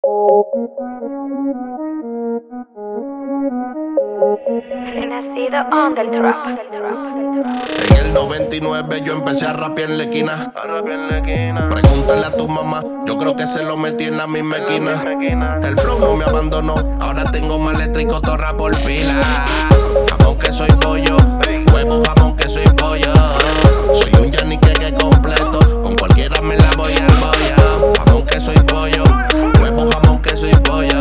Nacido on the trap. En el 99 yo empecé a rapear en la esquina. Pregúntale a tu mamá, yo creo que se lo metí en la misma esquina. El flow no me abandonó, ahora tengo más letra y cotorra por pila. Jamón que soy pollo, huevo jamón que soy pollo. Soy un yaniqueque completo, con cualquiera me la voy al bollo. Jamón que soy pollo, huevo jamón que soy pollo.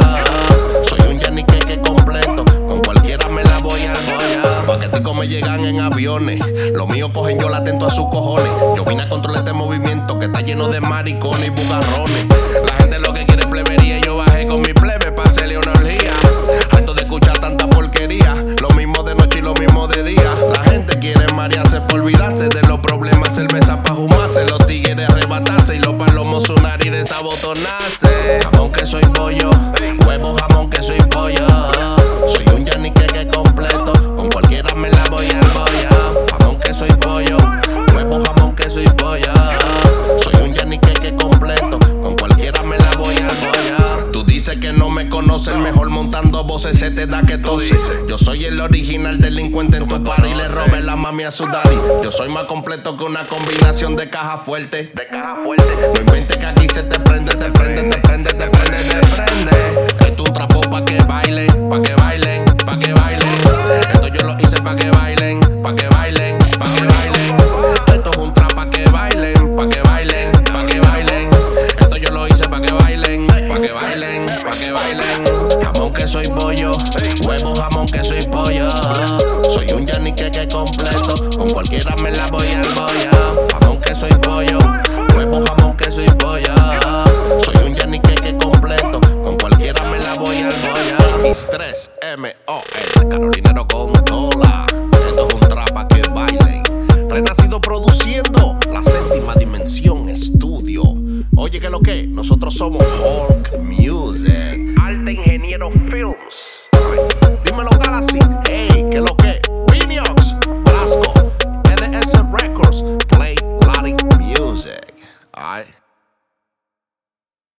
Soy un yaniqueque completo, con cualquiera me la voy al bollo. Paqueticos me llegan en aviones, los míos cogen yo la atento a sus cojones. Yo vine a controlar este movimiento que está lleno de maricones y bugarrones. La gente lo que quiere es plebería y yo bajé con mi plebe pa' hacerle una orgía. Harto de escuchar tanta porquería, lo mismo de noche y lo mismo de día. La gente quiere marearse por olvidarse de los problemas, cerveza pa' fumarse, los tigres arrebatarse y los palomos sonar y desabotonarse. Jamón que soy pollo, huevo jamón que soy pollo. Soy un yaniqueque completo, con cualquiera me la voy al bollo. Jamón que soy pollo, huevo jamón que soy pollo. Soy un yaniqueque completo, con cualquiera me la voy al bollo. Tú dices que no me conoces, el mejor montando voces se te da que tose. Yo soy el original delincuente en tu party, le robé la mami a su daddy. Yo soy más completo que una combinación de caja fuerte. No inventes que aquí se te prende, te prende, te prende, te prende, te prende. Esto es un trapo pa' que bailen, pa' que bailen, pa' que bailen. Esto yo lo hice pa' que bailen, pa' que bailen, pa' que bailen. Esto es un trap pa' que bailen, pa' que bailen, pa' que bailen. Esto yo lo hice pa' que bailen, pa' que bailen, pa' que bailen. Jamón que soy pollo, huevo jamón que soy pollo. Soy un yaniqueque completo, con cualquiera me la voy al bollo. Jamón que soy pollo, huevo jamón que soy pollo. Soy un yaniqueque completo, con cualquiera me la voy al bollo. Mis 3 MOL, Carolinero con Tola. Esto es un trap pa' que bailen. Renacido produciendo la séptima dimensión estudio. Oye, que lo que, nosotros somos Hulk Music. Arte Ingeniero Films.